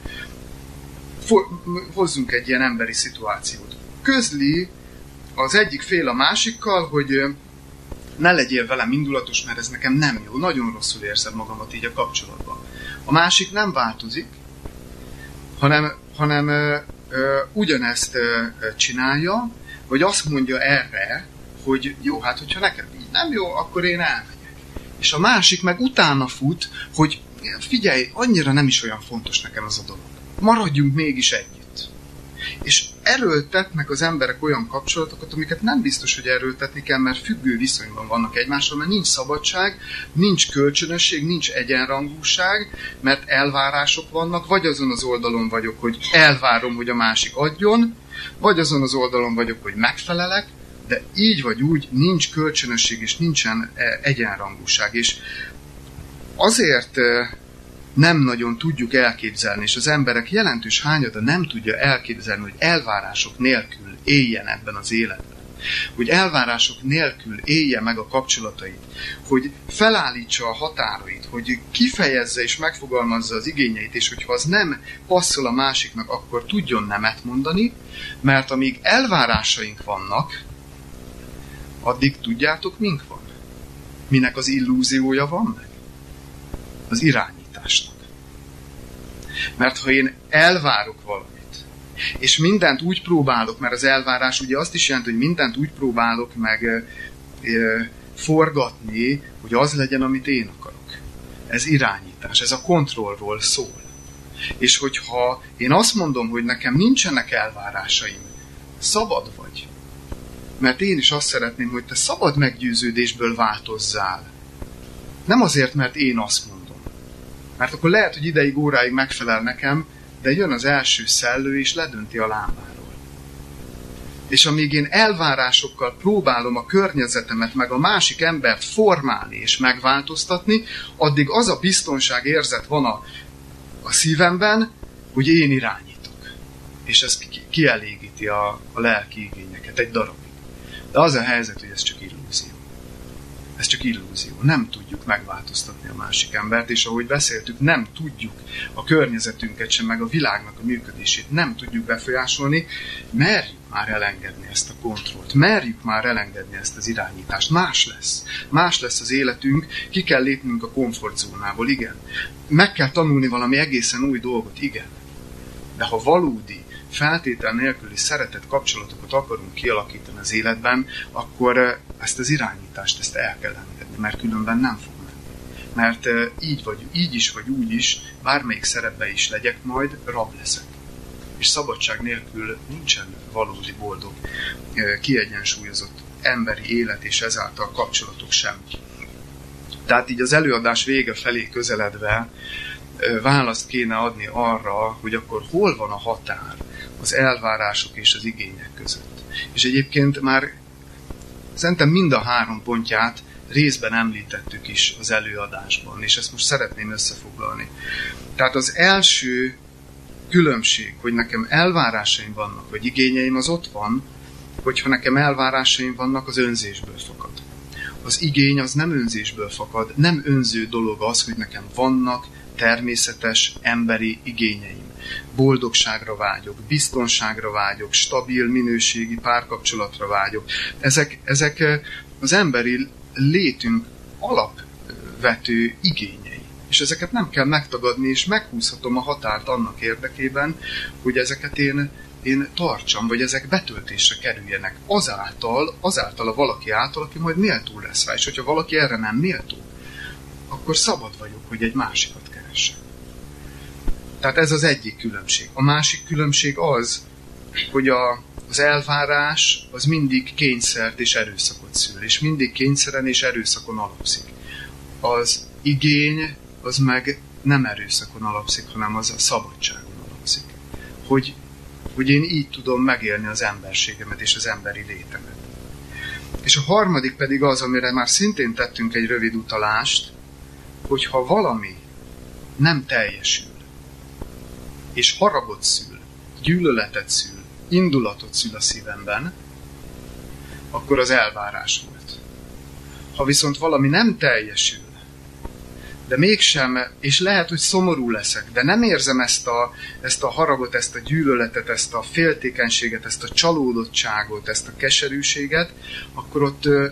[SPEAKER 1] Hozzunk egy ilyen emberi szituációt. Közli az egyik fél a másikkal, hogy ne legyél velem indulatos, mert ez nekem nem jó. Nagyon rosszul érzem magamat így a kapcsolatban. A másik nem változik, hanem ugyanezt csinálja, vagy azt mondja erre, hogy jó, hát hogyha neked így nem jó, akkor én elmegyek. És a másik meg utána fut, hogy figyelj, annyira nem is olyan fontos nekem az a dolog. Maradjunk mégis együtt. És erőltetnek az emberek olyan kapcsolatokat, amiket nem biztos, hogy erőltetni kell, mert függő viszonyban vannak egymással, mert nincs szabadság, nincs kölcsönösség, nincs egyenrangúság, mert elvárások vannak, vagy azon az oldalon vagyok, hogy elvárom, hogy a másik adjon, vagy azon az oldalon vagyok, hogy megfelelek, de így vagy úgy nincs kölcsönösség, és nincsen egyenrangúság. És azért nem nagyon tudjuk elképzelni, és az emberek jelentős hányada nem tudja elképzelni, hogy elvárások nélkül éljen ebben az életben. Hogy elvárások nélkül élje meg a kapcsolatait, hogy felállítsa a határait, hogy kifejezze és megfogalmazza az igényeit, és hogyha az nem passzol a másiknak, akkor tudjon nemet mondani, mert amíg elvárásaink vannak, addig tudjátok, mink van? Minek az illúziója van meg? Az irányításnak. Mert ha én elvárok valamit, és mindent úgy próbálok, mert az elvárás ugye azt is jelenti, hogy mindent úgy próbálok meg forgatni, hogy az legyen, amit én akarok. Ez irányítás, ez a kontrollról szól. És hogyha én azt mondom, hogy nekem nincsenek elvárásaim, szabad vagy. Mert én is azt szeretném, hogy te szabad meggyőződésből változzál. Nem azért, mert én azt mondom. Mert akkor lehet, hogy ideig, óráig megfelel nekem, de jön az első szellő, és ledönti a lábáról. És amíg én elvárásokkal próbálom a környezetemet, meg a másik embert formálni és megváltoztatni, addig az a biztonságérzet van a szívemben, hogy én irányítok. És ez kielégíti a lelki igényeket egy darabig. De az a helyzet, hogy ez csak illúzió. Ez csak illúzió. Nem tudjuk megváltoztatni a másik embert, és ahogy beszéltük, nem tudjuk a környezetünket sem, meg a világnak a működését nem tudjuk befolyásolni. Merjük már elengedni ezt a kontrollt. Merjük már elengedni ezt az irányítást. Más lesz. Más lesz az életünk. Ki kell lépnünk a komfortzónából, igen. Meg kell tanulni valami egészen új dolgot, igen. De ha valódi, feltétel nélküli szeretett kapcsolatokat akarunk kialakítani az életben, akkor ezt az irányítást, ezt el kell engedni, mert különben nem fog menni. Mert így is, vagy úgy is, bármelyik szerepbe is legyek, majd rab leszek. és szabadság nélkül nincsen valódi boldog, kiegyensúlyozott emberi élet, és ezáltal kapcsolatok sem. Tehát így az előadás vége felé közeledve választ kéne adni arra, hogy akkor hol van a határ az elvárások és az igények között. És egyébként már szerintem mind a 3 pontját részben említettük is az előadásban, és ezt most szeretném összefoglalni. Tehát az első különbség, hogy nekem elvárásaim vannak, vagy igényeim, az ott van, hogyha nekem elvárásaim vannak, az önzésből fakad. Az igény az nem önzésből fakad, nem önző dolog az, hogy nekem vannak természetes emberi igényeim. Boldogságra vágyok, biztonságra vágyok, stabil, minőségi párkapcsolatra vágyok. Ezek az emberi létünk alapvető igényei. És ezeket nem kell megtagadni, és meghúzhatom a határt annak érdekében, hogy ezeket én tartsam, vagy ezek betöltésre kerüljenek azáltal a valaki által, aki majd méltó lesz rá. És hogyha valaki erre nem méltó, akkor szabad vagyok, hogy egy másikat keressek. Tehát ez az egyik különbség. A másik különbség az, hogy az elvárás az mindig kényszert és erőszakot szül, és mindig kényszeren és erőszakon alapszik. Az igény az meg nem erőszakon alapszik, hanem az a szabadságon alapszik. Hogy én így tudom megélni az emberségemet és az emberi létemet. És a harmadik pedig az, amire már szintén tettünk egy rövid utalást, hogyha valami nem teljesül, és haragot szül, gyűlöletet szül, indulatot szül a szívemben, akkor az elvárás volt. Ha viszont valami nem teljesül, de mégsem, és lehet, hogy szomorú leszek, de nem érzem ezt a haragot, ezt a gyűlöletet, ezt a féltékenységet, ezt a csalódottságot, ezt a keserűséget, akkor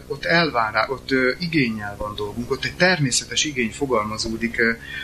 [SPEAKER 1] ott igénnyel van dolgunk, ott egy természetes igény fogalmazódik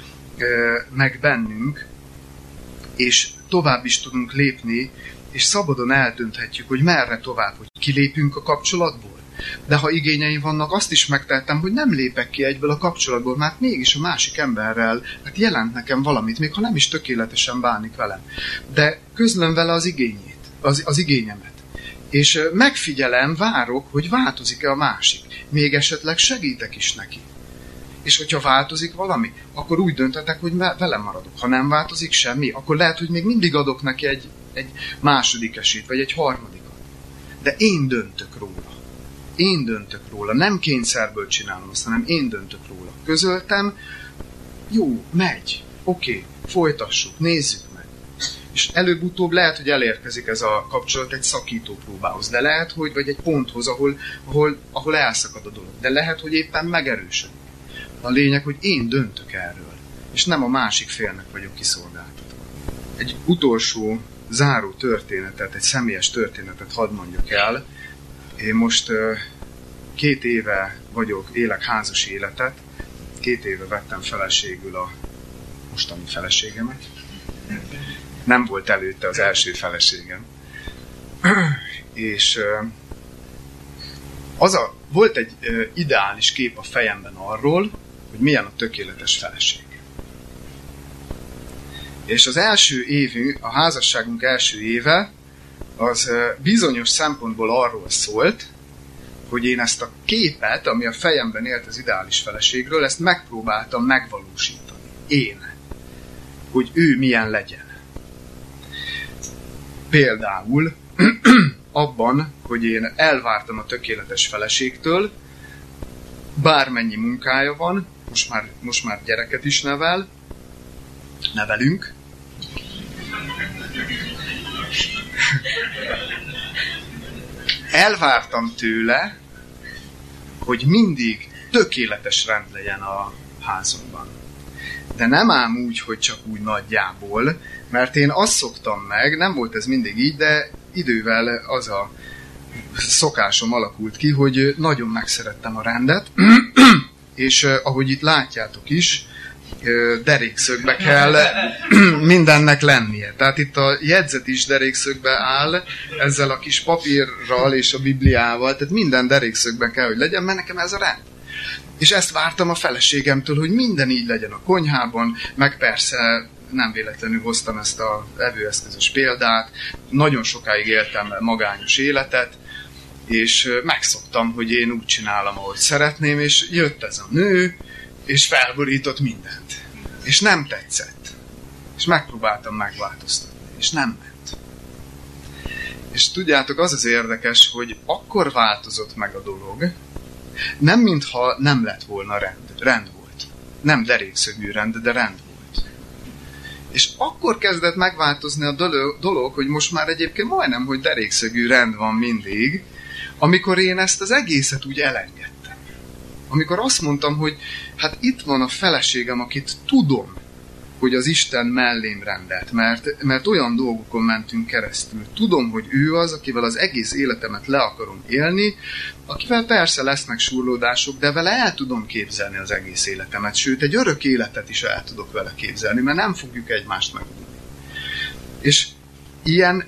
[SPEAKER 1] meg bennünk, és tovább is tudunk lépni, és szabadon eldönthetjük, hogy merre tovább, hogy kilépünk a kapcsolatból. De ha igényeim vannak, azt is megtehetem, hogy nem lépek ki egyből a kapcsolatból, mert mégis a másik emberrel jelent nekem valamit, még ha nem is tökéletesen bánik velem. De közlöm vele az igényét, az igényemet. És megfigyelem, várok, hogy változik-e a másik. Még esetleg segítek is neki. És hogyha változik valami, akkor úgy döntetek, hogy velem maradok. Ha nem változik semmi, akkor lehet, hogy még mindig adok neki egy második esélyt, vagy egy harmadikat. De én döntök róla. Én döntök róla. Nem kényszerből csinálom azt, hanem én döntök róla. Közöltem, jó, megy, oké, folytassuk, nézzük meg. És előbb-utóbb lehet, hogy elérkezik ez a kapcsolat egy szakító próbához, de lehet, hogy vagy egy ponthoz, ahol elszakad a dolog. De lehet, hogy éppen megerősödik. A lényeg, hogy én döntök erről, és nem a másik félnek vagyok kiszolgáltatva. Egy utolsó záró történetet, egy személyes történetet hadd mondjak el. Én most 2 éve élek házas életet, 2 éve vettem feleségül a mostani feleségemet. Nem volt előtte az első feleségem. És volt egy ideális kép a fejemben arról, hogy milyen a tökéletes feleség. És az első évünk, a házasságunk első éve, az bizonyos szempontból arról szólt, hogy én ezt a képet, ami a fejemben élt az ideális feleségről, ezt megpróbáltam megvalósítani. Én. Hogy ő milyen legyen. Például abban, hogy én elvártam a tökéletes feleségtől, bármennyi munkája van, most már gyereket is nevelünk. Elvártam tőle, hogy mindig tökéletes rend legyen a házamban. De nem ám úgy, hogy csak úgy nagyjából, mert én azt szoktam meg, nem volt ez mindig így, de idővel az a szokásom alakult ki, hogy nagyon megszerettem a rendet, és ahogy itt látjátok is, derékszögbe kell mindennek lennie. Tehát itt a jegyzet is derékszögbe áll, ezzel a kis papírral és a Bibliával, tehát minden derékszögben kell, hogy legyen, mert nekem ez a rend. És ezt vártam a feleségemtől, hogy minden így legyen a konyhában, meg persze nem véletlenül hoztam ezt a evőeszközös példát. Nagyon sokáig éltem magányos életet, és megszoktam, hogy én úgy csinálom, ahogy szeretném, és jött ez a nő, és felborított mindent. És nem tetszett. És megpróbáltam megváltoztatni, és nem ment. És tudjátok, az az érdekes, hogy akkor változott meg a dolog, nem mintha nem lett volna rend. Rend volt. Nem derékszögű rend, de rend volt. És akkor kezdett megváltozni a dolog, hogy most már egyébként majdnem, hogy derékszögű rend van mindig, amikor én ezt az egészet úgy elengedtem. Amikor azt mondtam, hogy hát itt van a feleségem, akit tudom, hogy az Isten mellém rendelt, mert olyan dolgokon mentünk keresztül. Tudom, hogy ő az, akivel az egész életemet le akarom élni, akivel persze lesznek surlódások, de vele el tudom képzelni az egész életemet, sőt, egy örök életet is el tudok vele képzelni, mert nem fogjuk egymást megunni. És ilyen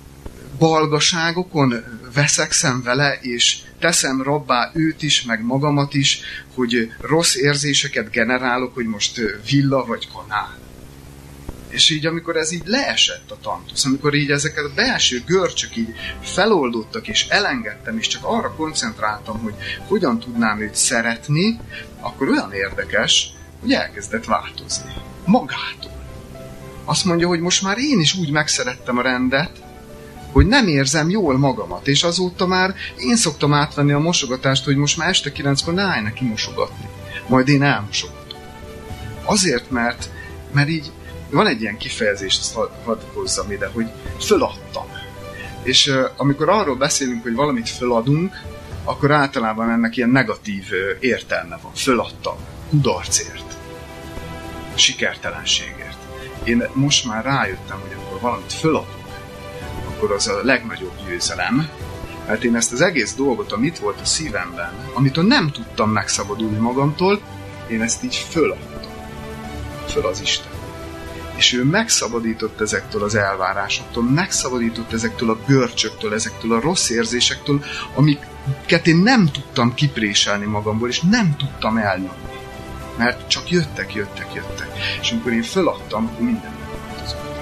[SPEAKER 1] balgaságokon veszekszem vele, és teszem rabbá őt is, meg magamat is, hogy rossz érzéseket generálok, hogy most villa vagy kanál. És így, amikor ez így leesett a tantusz, amikor így ezeket a belső görcsök így feloldottak, és elengedtem, és csak arra koncentráltam, hogy hogyan tudnám őt szeretni, akkor olyan érdekes, hogy elkezdett változni. Magától. Azt mondja, hogy most már én is úgy megszerettem a rendet, hogy nem érzem jól magamat, és azóta már én szoktam átvenni a mosogatást, hogy most már este 9-kor ne állj neki mosogatni. Majd én elmosogatom. Azért, mert így van egy ilyen kifejezés, ezt hadd hozzam ide, hogy föladtam. És amikor arról beszélünk, hogy valamit föladunk, akkor általában ennek ilyen negatív értelme van. Föladtam. Kudarcért. Sikertelenségért. Én most már rájöttem, hogy amikor valamit föladunk, akkor az a legnagyobb győzelem, mert én ezt az egész dolgot, amit volt a szívemben, amitől nem tudtam megszabadulni magamtól, én ezt így föladtam. Föl az Isten. És ő megszabadított ezektől az elvárásoktól, megszabadított ezektől a görcsöktől, ezektől a rossz érzésektől, amiket én nem tudtam kipréselni magamból, és nem tudtam elnyomni. Mert csak jöttek. És amikor én föladtam, akkor minden megváltozott.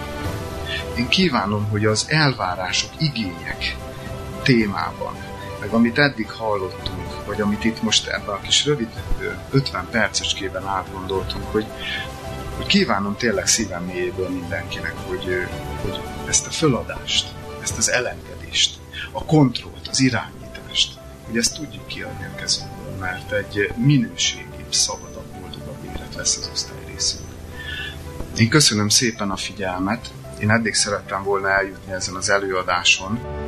[SPEAKER 1] Én kívánom, hogy az elvárások, igények témában, meg amit eddig hallottunk, vagy amit itt most ebben a kis rövid 50 percecskében átgondoltunk, hogy kívánom tényleg szívem mélyéből mindenkinek, hogy ezt a föladást, ezt az elengedést, a kontrollt, az irányítást, hogy ezt tudjuk kiadni a kezünkből, mert egy minőségibb, szabadabb, boldogabb élet lesz az osztály részünk. Én köszönöm szépen a figyelmet, én eddig szerettem volna eljutni ezen az előadáson,